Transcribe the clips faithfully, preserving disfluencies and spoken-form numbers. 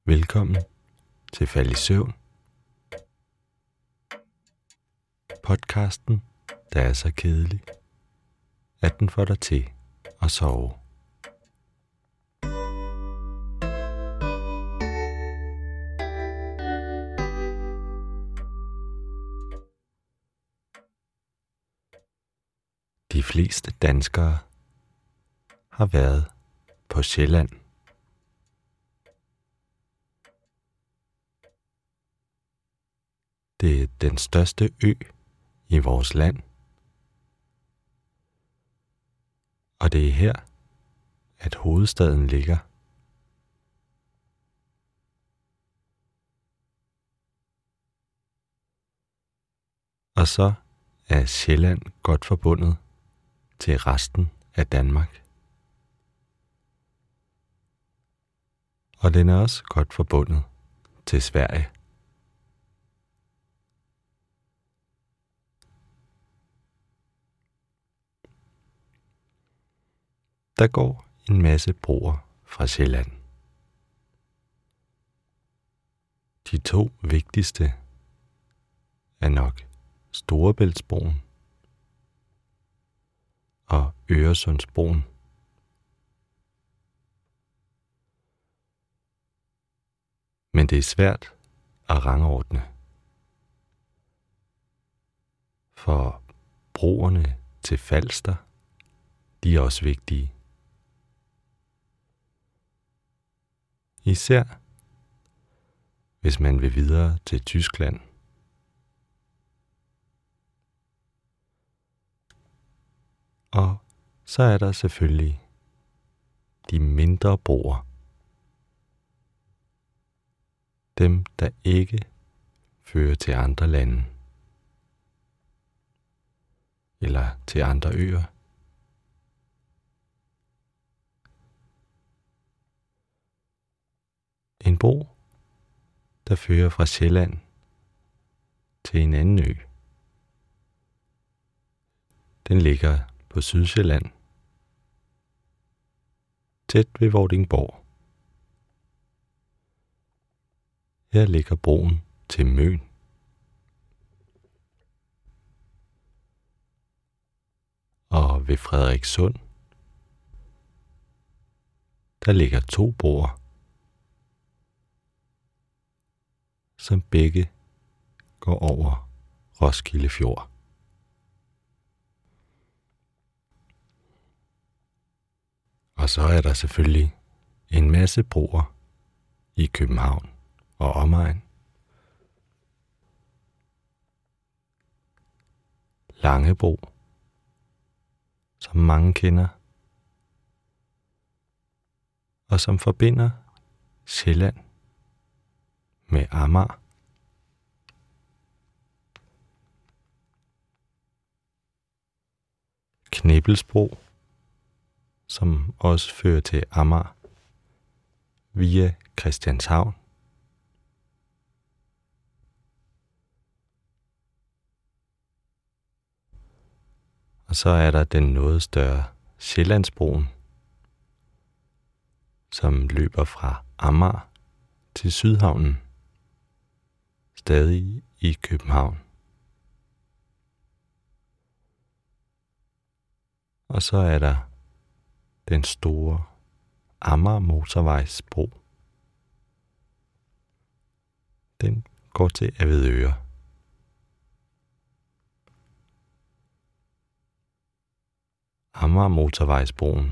Velkommen til Fald i Søvn. Podcasten, der er så kedelig, at den får dig til at sove. De fleste danskere har været på Sjælland. Det er den største ø i vores land. Og det er her, at hovedstaden ligger. Og så er Sjælland godt forbundet til resten af Danmark. Og den er også godt forbundet til Sverige. Der går en masse broer fra Sjælland. De to vigtigste er nok Storebæltsbroen og Øresundsbroen. Men det er svært at rangordne, for broerne til Falster, de er også vigtige. Især hvis man vil videre til Tyskland. Og så er der selvfølgelig de mindre broer. Dem, der ikke fører til andre lande. Eller til andre øer. En bro, der fører fra Sjælland til en anden ø. Den ligger på Sydsjælland, tæt ved Vordingborg. Her ligger broen til Møn. Og ved Frederikssund, der ligger to broer, som begge går over Roskilde Fjord. Og så er der selvfølgelig en masse broer i København og omegn. Langebro, som mange kender, og som forbinder Sjælland med Amager. Knippelsbro, som også fører til Amager via Christianshavn. Og så er der den noget større Sjællandsbroen, som løber fra Amager til Sydhavnen, stadig i København. Og så er der den store Amager Motorvejsbro. Den går til Avedøre. Amager Motorvejsbroen,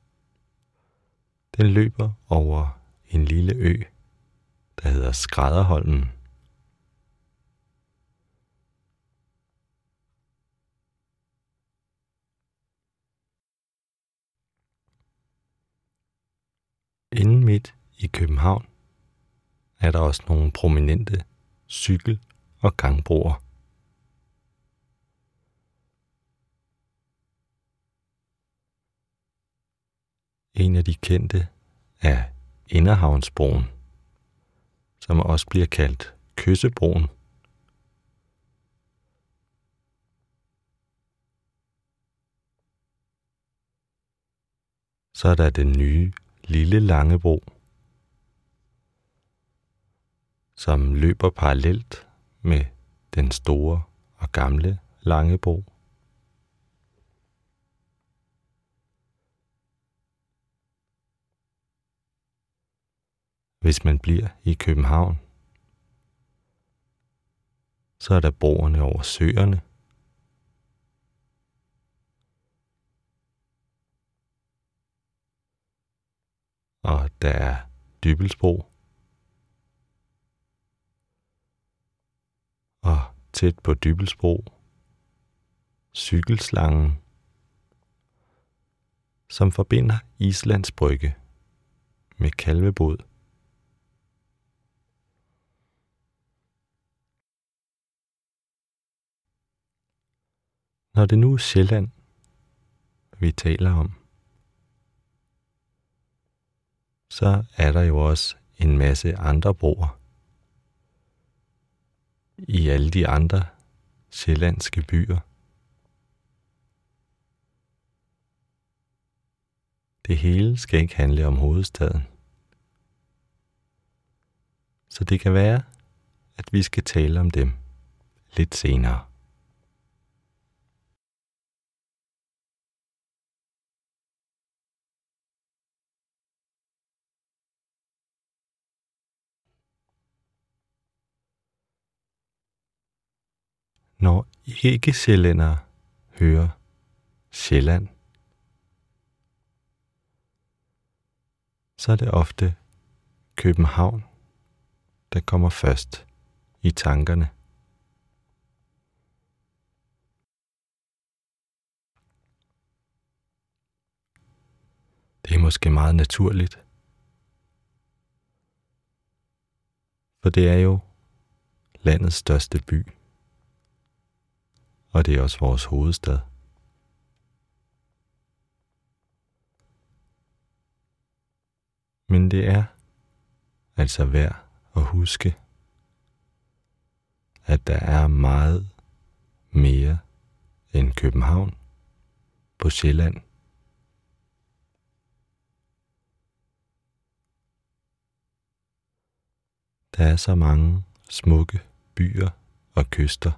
den løber over en lille ø, der hedder Skrædderholmen. Inden midt i København er der også nogle prominente cykel- og gangbroer. En af de kendte er Inderhavnsbroen, som også bliver kaldt Kyssebroen. Så er der den nye Lille Langebro, som løber parallelt med den store og gamle Langebro. Hvis man bliver i København, så er der broerne over søerne. Og der er Dybbølsbro. Og tæt på Dybbølsbro, cykelslangen, som forbinder Islands Brygge med Kalvebod. Når det nu er Sjælland, vi taler om, så er der jo også en masse andre broer i alle de andre sjællandske byer. Det hele skal ikke handle om hovedstaden. Så det kan være, at vi skal tale om dem lidt senere. Når ikke-sjællændere hører Sjælland, så er det ofte København, der kommer først i tankerne. Det er måske meget naturligt, for det er jo landets største by, og det er også vores hovedstad. Men det er altså værd at huske, at der er meget mere end København på Sjælland. Der er så mange smukke byer og kyster.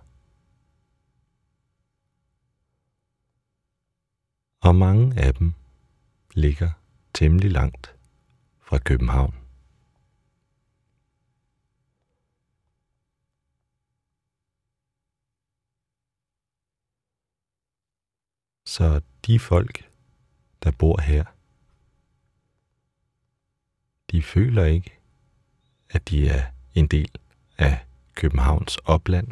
Og mange af dem ligger temmelig langt fra København. Så de folk, der bor her, de føler ikke, at de er en del af Københavns opland.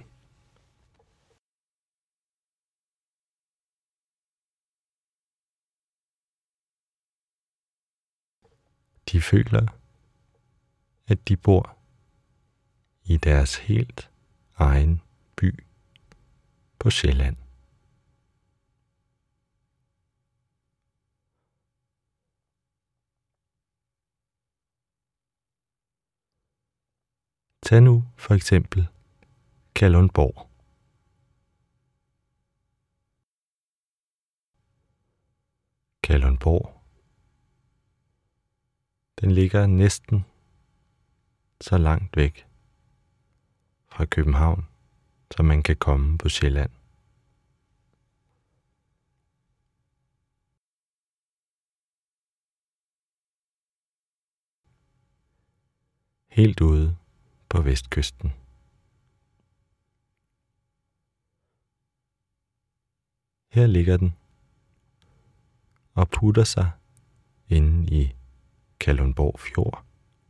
De føler, at de bor i deres helt egen by på Sjælland. Tag nu for eksempel Kalundborg. Kalundborg, den ligger næsten så langt væk fra København, som man kan komme på Sjælland. Helt ude på vestkysten. Her ligger den og putter sig inde i Kalundborg Fjord,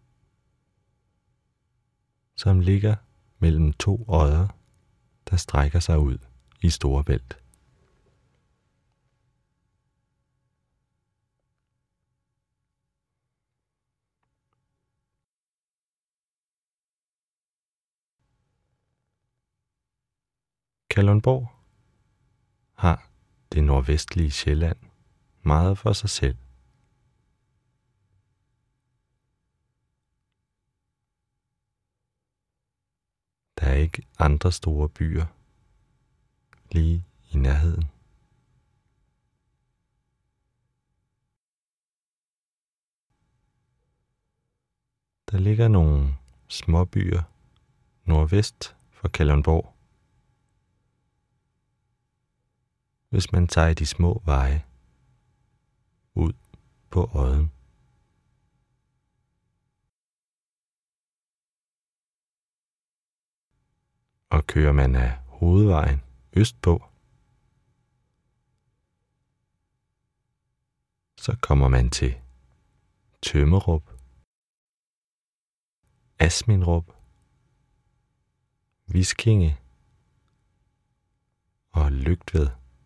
som ligger mellem to odder, der strækker sig ud i Storebælt. Kalundborg har det nordvestlige Sjælland meget for sig selv. Der er ikke andre store byer lige i nærheden. Der ligger nogle små byer nordvest for Kalundborg. Hvis man tager de små veje ud på odden. Og kører man af hovedvejen østpå, så kommer man til Tømmerup, Asminderup, Viskinge og Lygtved.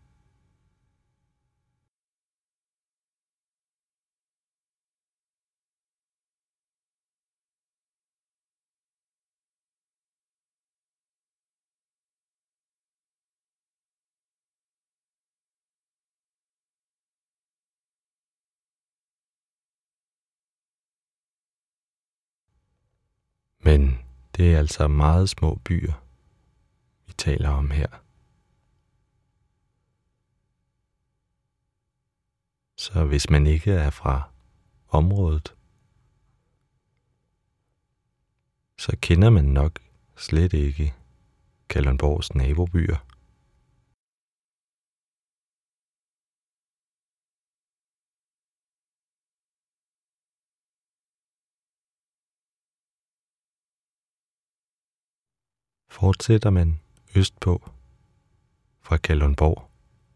Men det er altså meget små byer, vi taler om her. Så hvis man ikke er fra området, så kender man nok slet ikke Kalundborgs nabobyer. Fortsætter man østpå fra Kalundborg,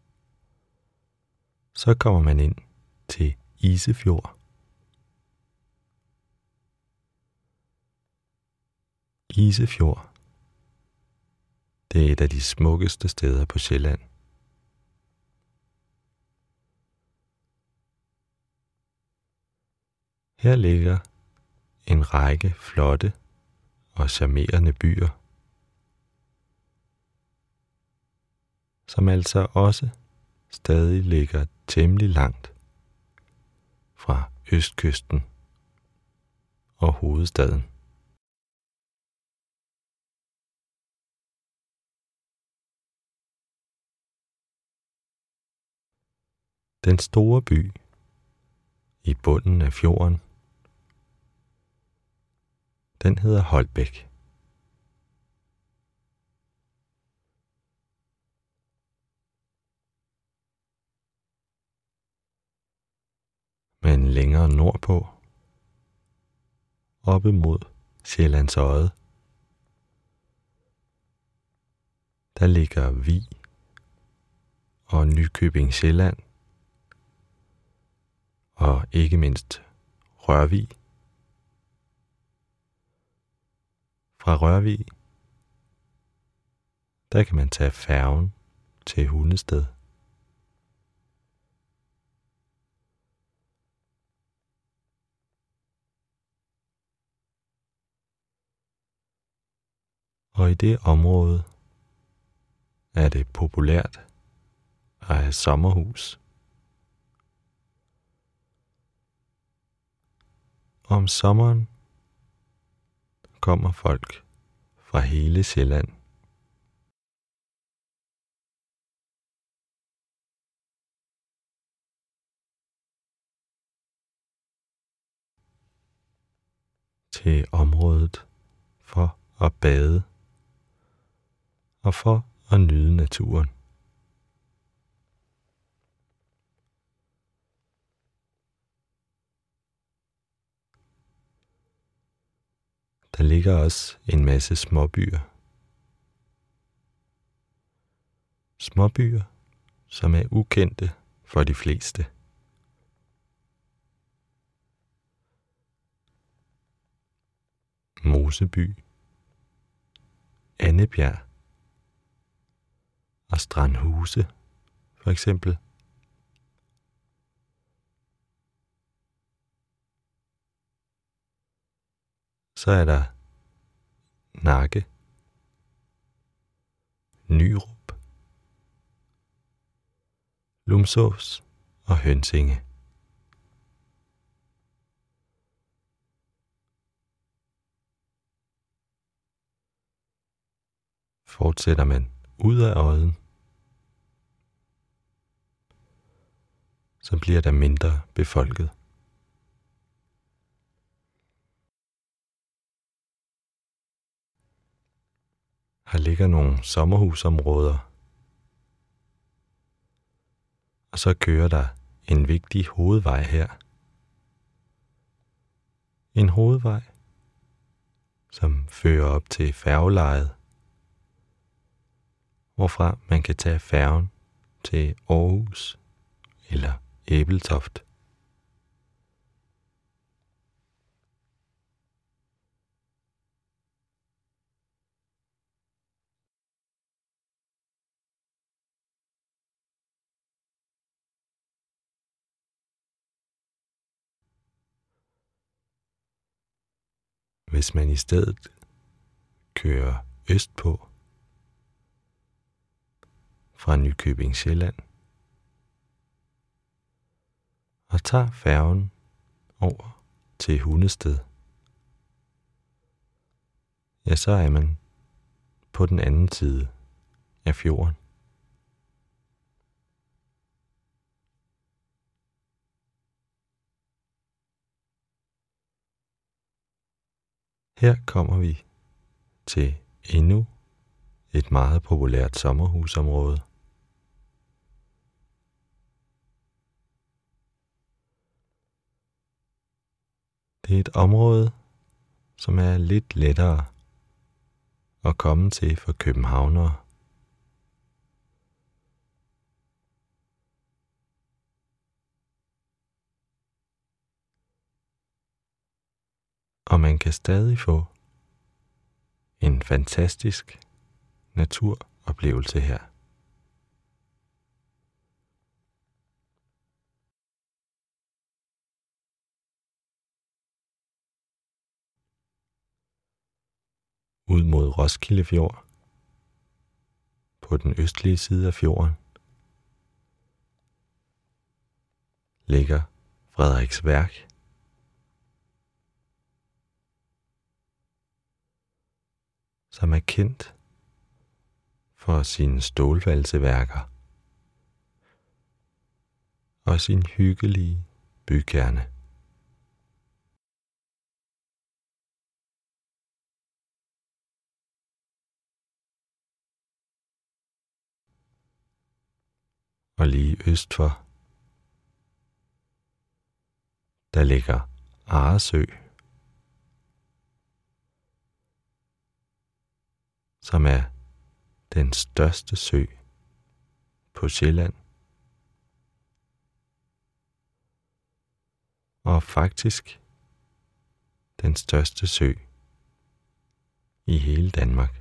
så kommer man ind til Isefjord. Isefjord, det er et af de smukkeste steder på Sjælland. Her ligger en række flotte og charmerende byer, som altså også stadig ligger temmelig langt fra østkysten og hovedstaden. Den store by i bunden af fjorden, den hedder Holbæk. Men længere nordpå, oppe mod Sjællands Odde, der ligger Vig og Nykøbing Sjælland, og ikke mindst Rørvig. Fra Rørvig, der kan man tage færgen til Hundested. Og i det område er det populært at have sommerhus. Om sommeren kommer folk fra hele Sjælland. Til området for at bade og for at nyde naturen. Der ligger også en masse småbyer. Småbyer, som er ukendte for de fleste. Moseby, Annebjerg og Strandhuse, for eksempel. Så er der Nakke, Nyrup, Lumsås og Hønsinge. Fortsætter man ud af odden, så bliver der mindre befolket. Her ligger nogle sommerhusområder, og så kører der en vigtig hovedvej her. En hovedvej, som fører op til færgelejet, hvorfra man kan tage færgen til Aarhus eller Ebeltoft. Hvis man i stedet kører østpå fra Nykøbing Sjælland og tager færgen over til Hundested, ja, så er man på den anden side af fjorden. Her kommer vi til endnu et meget populært sommerhusområde. Det er et område, som er lidt lettere at komme til for københavnere. Og man kan stadig få en fantastisk naturoplevelse her. Ud mod Roskilde Fjord, på den østlige side af fjorden, ligger Frederiksværk. Som er kendt for sine stålvalseværker og sin hyggelige bykerne. Og lige øst for, der ligger Arresø, som er den største sø på Sjælland, og faktisk den største sø i hele Danmark.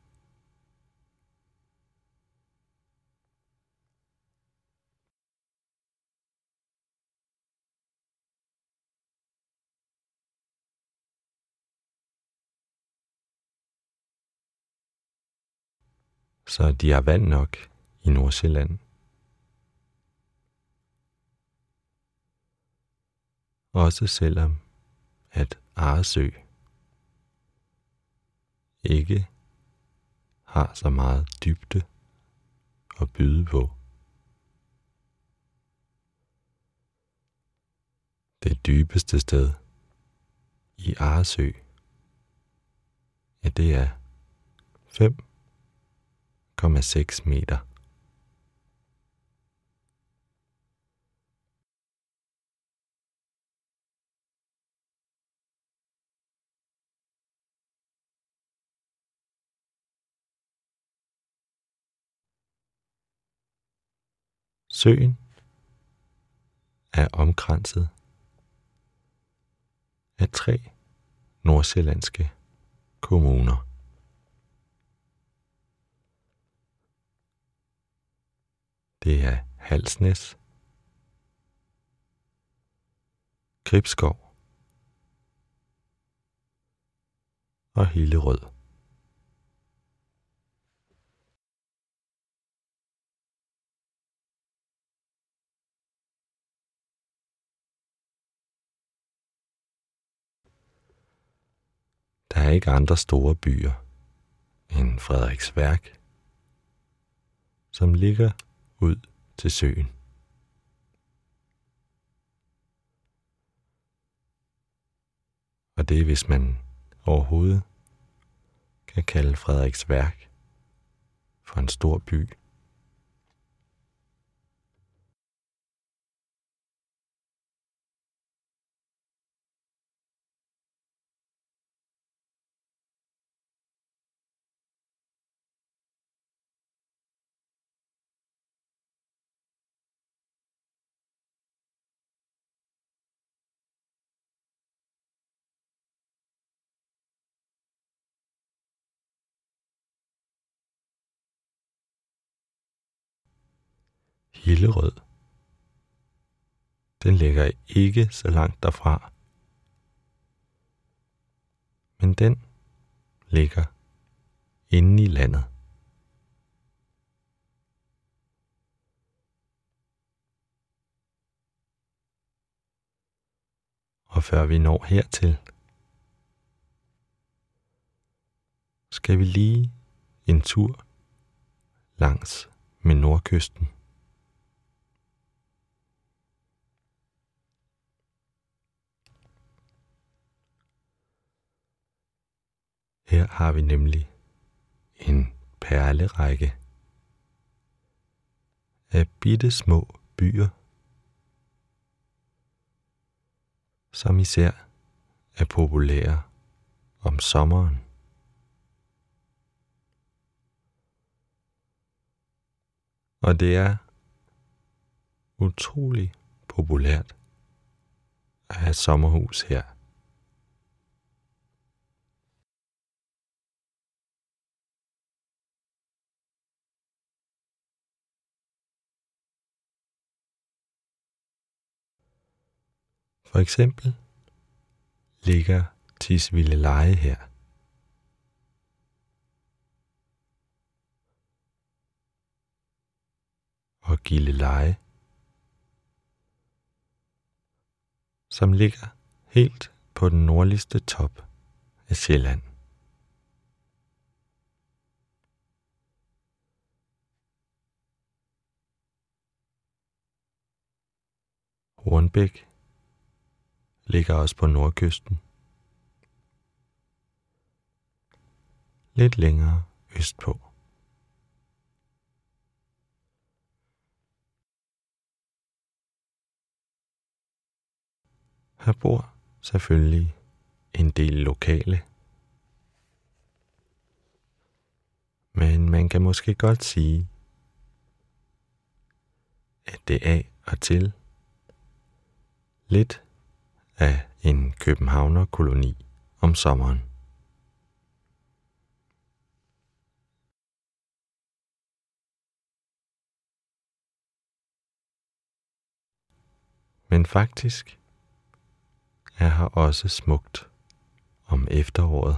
Så de har vand nok i Nordsjælland. Også selvom at Arresø ikke har så meget dybde at byde på. Det dybeste sted i Arresø, ja, det er fem komma seks meter. Søen er omkranset af tre nordsjællandske kommuner. Det er Halsnæs, Gribskov og Hillerød. Der er ikke andre store byer end Frederiksværk, som ligger ud til søen. Og det er, hvis man overhovedet kan kalde Frederiksværk for en stor by. Hillerød, den ligger ikke så langt derfra, men den ligger inde i landet. Og før vi når hertil, skal vi lige en tur langs med nordkysten. Her har vi nemlig en perlerække af bitte små byer, som især er populære om sommeren. Og det er utrolig populært at have sommerhus her. For eksempel ligger Tisvildeleje her. Og Gilleleje, som ligger helt på den nordligste top af Sjælland. Hornbæk ligger også på nordkysten, lidt længere østpå. Her bor selvfølgelig en del lokale, men man kan måske godt sige, at det af og til lidt af en københavnerkoloni om sommeren. Men faktisk er her også smukt om efteråret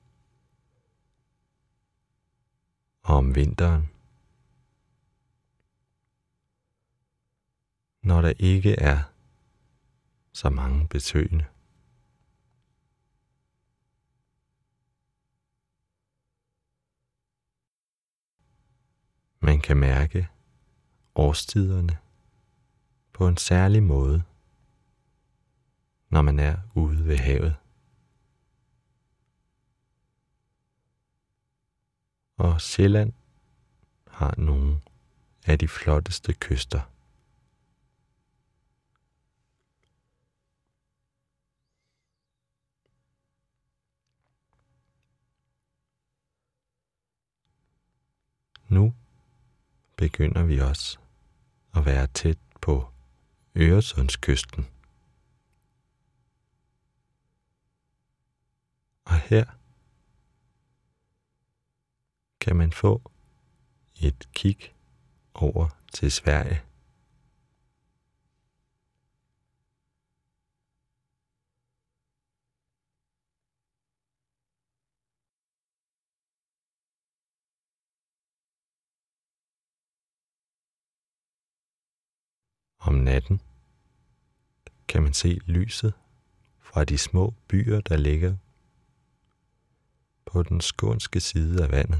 og om vinteren, når der ikke er så mange besøgende. Man kan mærke årstiderne på en særlig måde, når man er ude ved havet. Og Sjælland har nogle af de flotteste kyster. Nu begynder vi også at være tæt på Øresundskysten. Og her kan man få et kig over til Sverige. Om natten kan man se lyset fra de små byer, der ligger på den skånske side af vandet.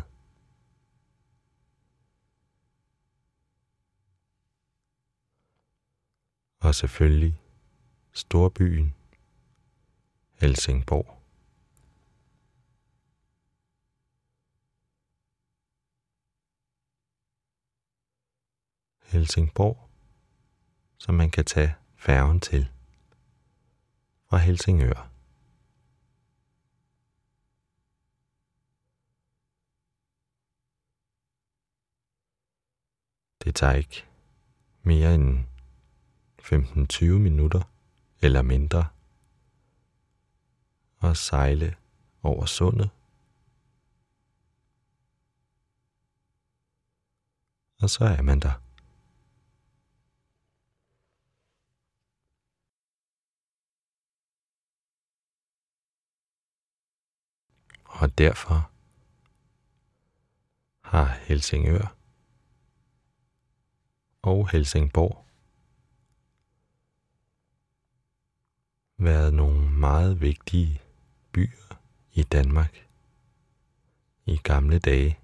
Og selvfølgelig storbyen Helsingborg. Helsingborg, som man kan tage færgen til fra Helsingør. Det tager ikke mere end femten til tyve minutter eller mindre at sejle over sundet. Og så er man der. Og derfor har Helsingør og Helsingborg været nogle meget vigtige byer i Danmark i gamle dage.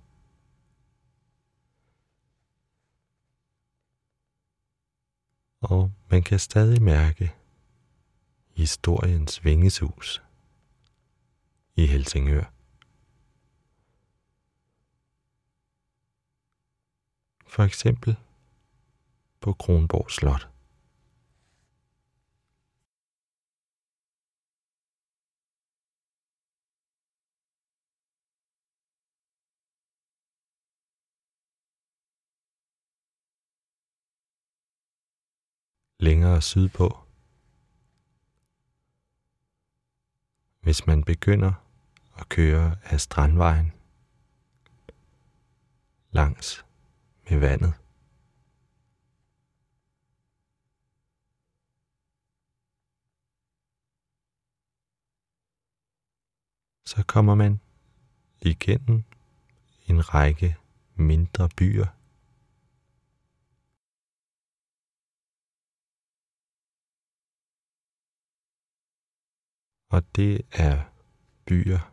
Og man kan stadig mærke historiens vingesus i Helsingør. For eksempel på Kronborg Slot. Længere sydpå, hvis man begynder at køre af Strandvejen langs med vandet, så kommer man igennem en række mindre byer. Og det er byer,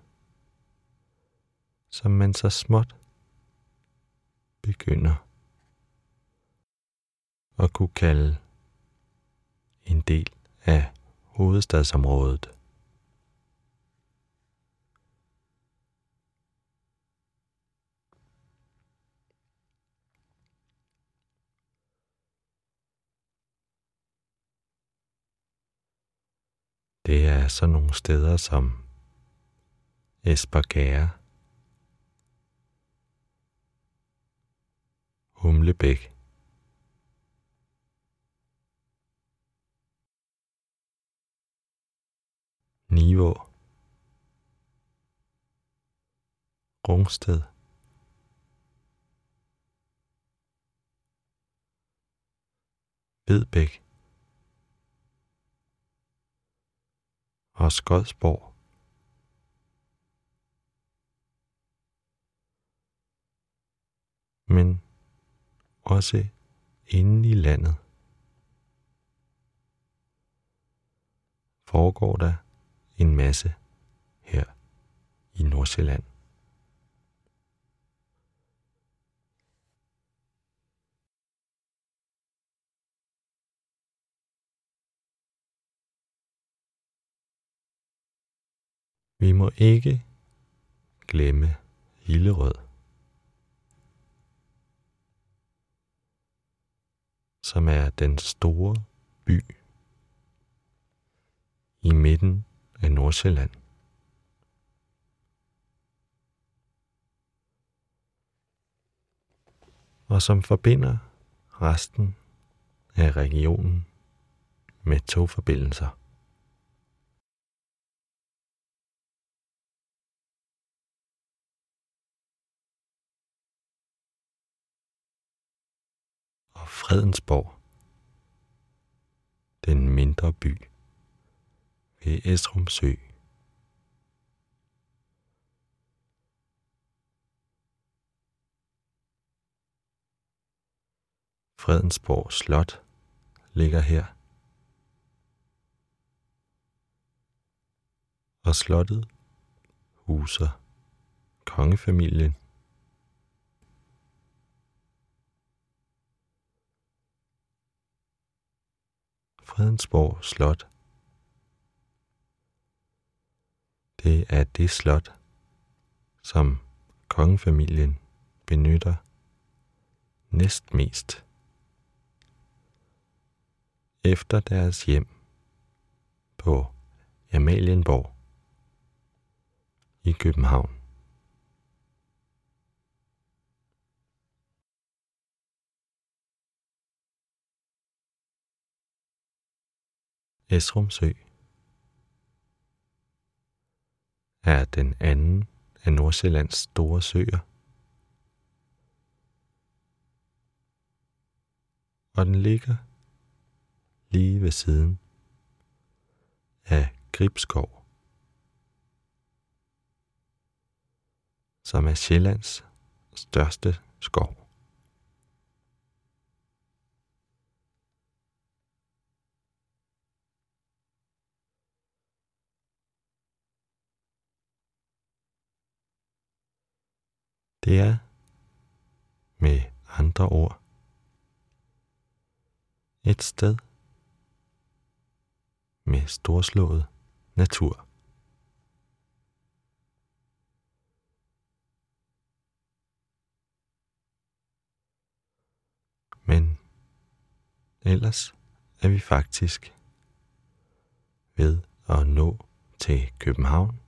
som man så småt begynder at kunne kalde en del af hovedstadsområdet. Det er sådan nogle steder som Espergærde, Humlebæk, Nivå, Rungsted, Vedbæk og Skodsborg. Men også inde i landet foregår der en masse her i Nordsjælland. Vi må ikke glemme Hillerød, som er den store by i midten af Nordsjælland. Og som forbinder resten af regionen med togforbindelser. Og Fredensborg, den mindre by ved Esrum Sø. Fredensborg Slot ligger her, og slottet huser kongefamilien. Fredensborg Slot, det er det slot, som kongefamilien benytter næstmest efter deres hjem på Amalienborg i København. Esrum Sø er den anden af Nordsjællands store søer, og den ligger lige ved siden af Gribskov, som er Sjællands største skov. Det er med andre ord et sted med storslået natur. Men ellers er vi faktisk ved at nå til København.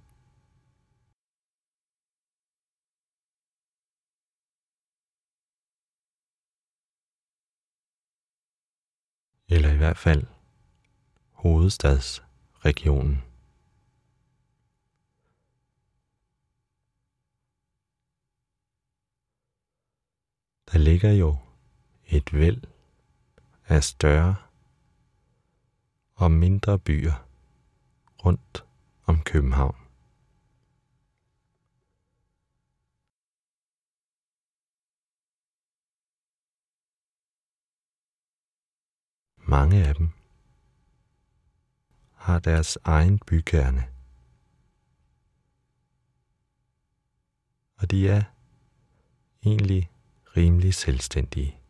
Eller i hvert fald hovedstadsregionen. Der ligger jo et væld af større og mindre byer rundt om København. Mange af dem har deres egen bykerne, og de er egentlig rimelig selvstændige.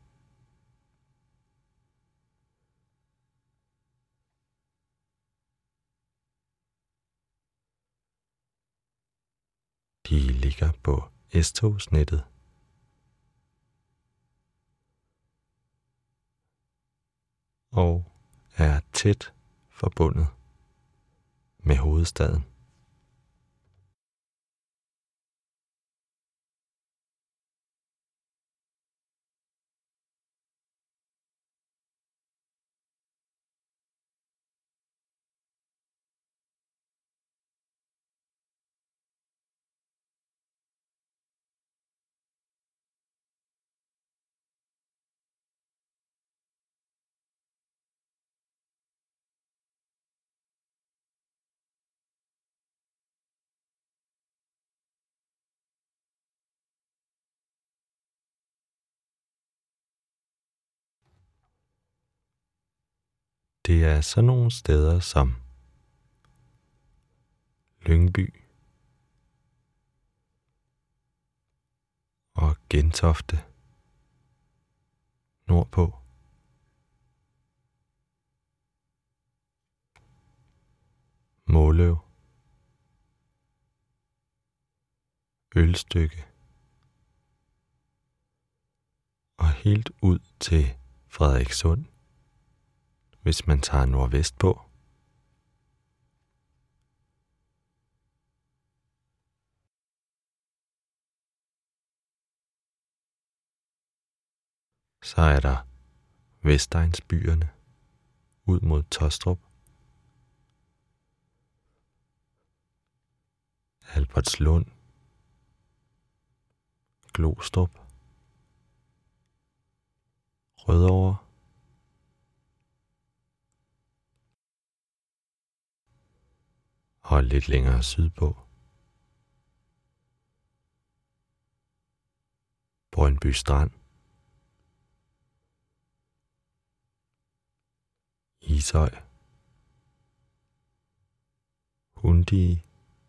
De ligger på S-togsnettet, og er tæt forbundet med hovedstaden. Det er sådan nogle steder som Lyngby og Gentofte nordpå. Måløv, Ølstykke og helt ud til Frederikssund, hvis man tager nordvest på. Så er der Vestegnsbyerne ud mod Taastrup, Albertslund, Glostrup, Rødovre, og lidt længere sydpå Brøndby Strand, Ishøj, Hundige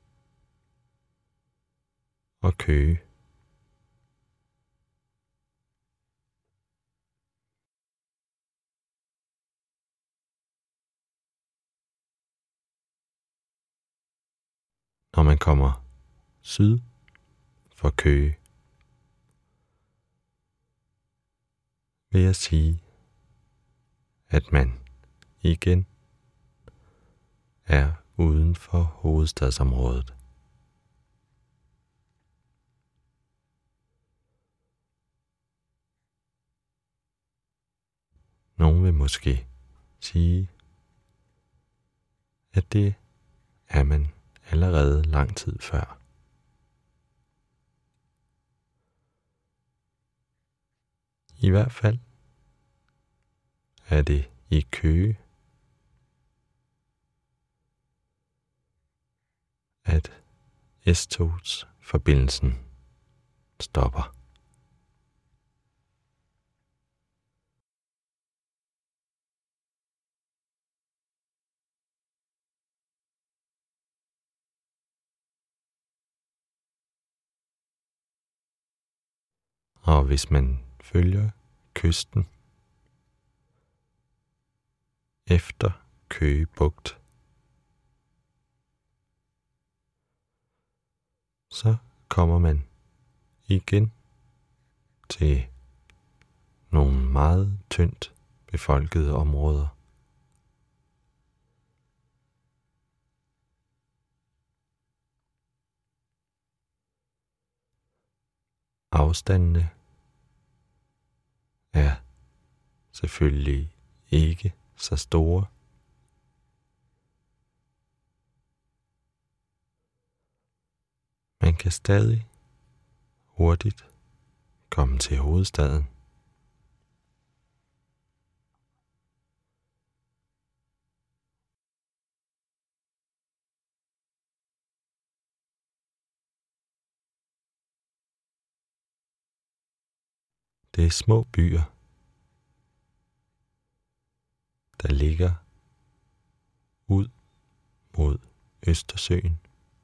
og Køge. Når man kommer syd for Køge, vil jeg sige, at man igen er uden for hovedstadsområdet. Nogen vil måske sige, at det er man allerede lang tid før. I hvert fald er det i Køge, at S-togsforbindelsen stopper. Og hvis man følger kysten efter Køge Bugt, så kommer man igen til nogle meget tyndt befolkede områder. Afstandene er selvfølgelig ikke så store. Man kan stadig hurtigt komme til hovedstaden. Det er små byer, der ligger ud mod Østersøen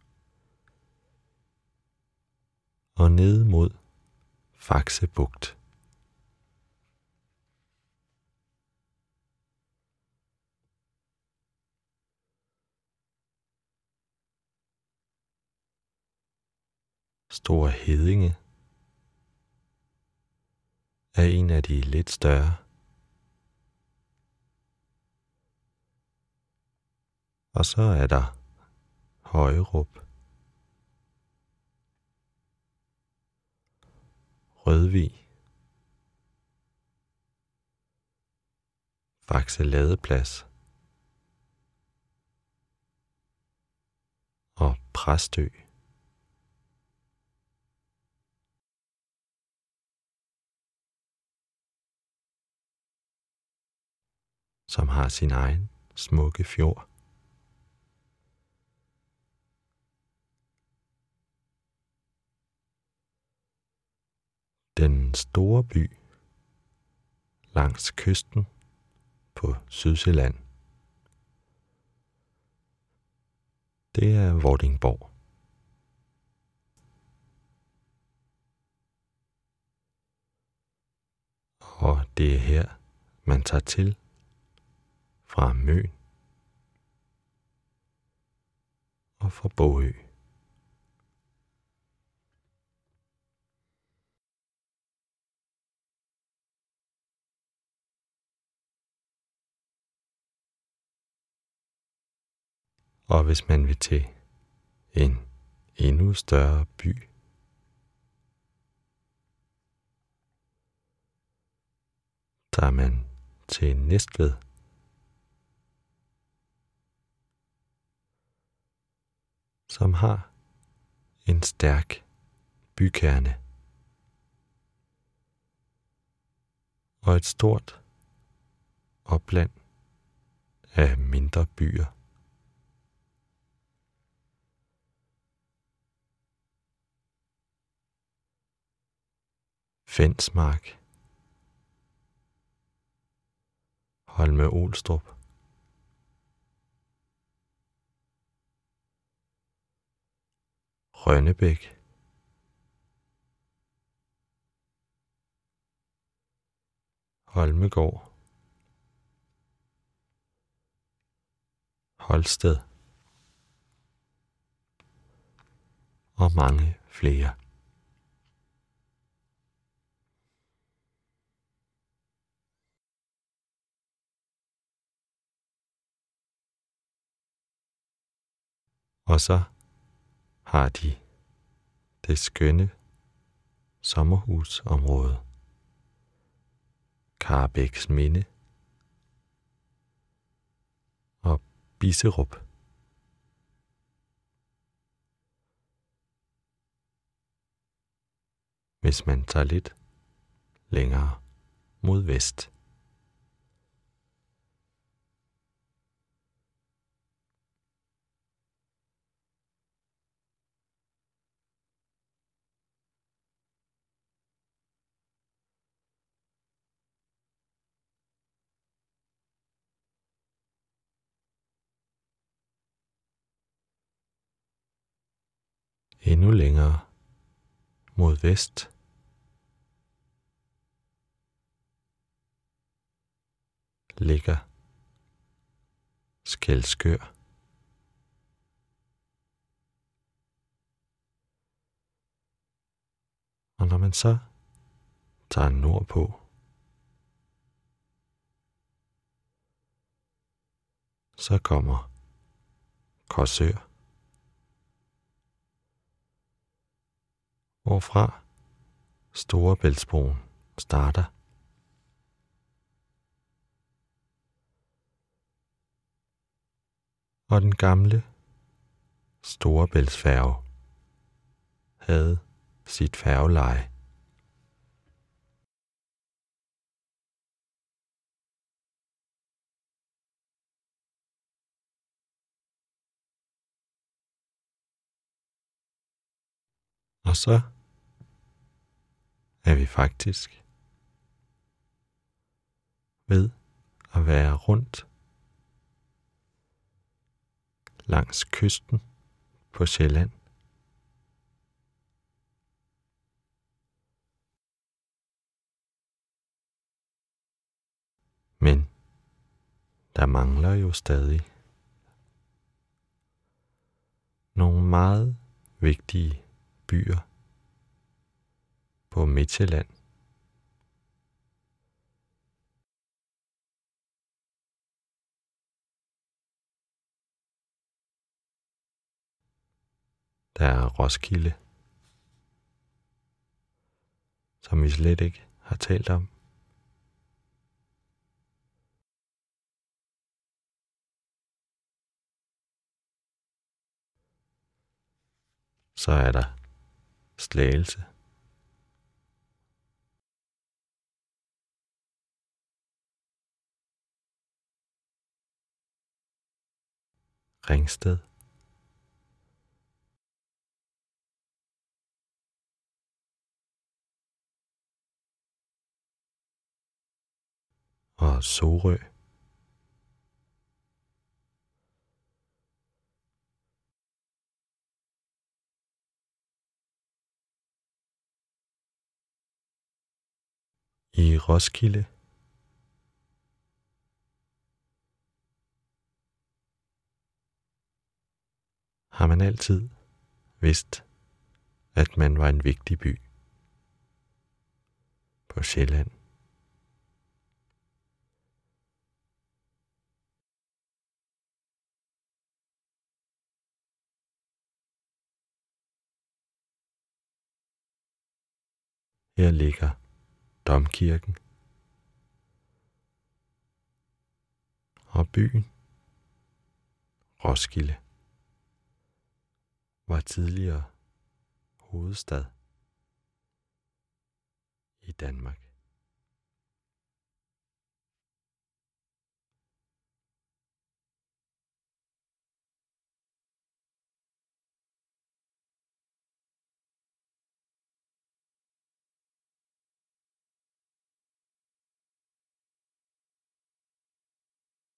og ned mod Faxe Bugt. Store Heddinge er en af de lidt større. Og så er der Højerup, Rødvig, Faxe Ladeplads og Præstø. Som har sin egen smukke fjord. Den store by langs kysten på Sydsjælland, det er Vordingborg. Og det er her, man tager til fra Møn og fra Bogø. Og hvis man vil til en endnu større by, tager man til Næstved. Som har en stærk bykerne og et stort opland af mindre byer. Fensmark, Holme Olstrup, Rønnebæk, Holmegård, Holsted og mange flere. Og så har de det skønne sommerhusområde Karrebæksminde og Bisserup. Hvis man tager lidt længere mod vest. Endnu længere mod vest ligger Skælskør. Og når man så tager nordpå, så kommer Korsør, hvorfra Storebæltsbroen starter. Og den gamle Storebæltsfærge havde sit færgeleje. Og så er vi faktisk ved at være rundt langs kysten på Sjælland. Men der mangler jo stadig nogle meget vigtige byer på Midtsjælland. Der er Roskilde, som vi slet ikke har talt om. Så er der Slagelse, Ringsted, og Sorø. I Roskilde har man altid vidst, at man var en vigtig by på Sjælland. Her ligger Domkirken, og byen Roskilde var tidligere hovedstad i Danmark.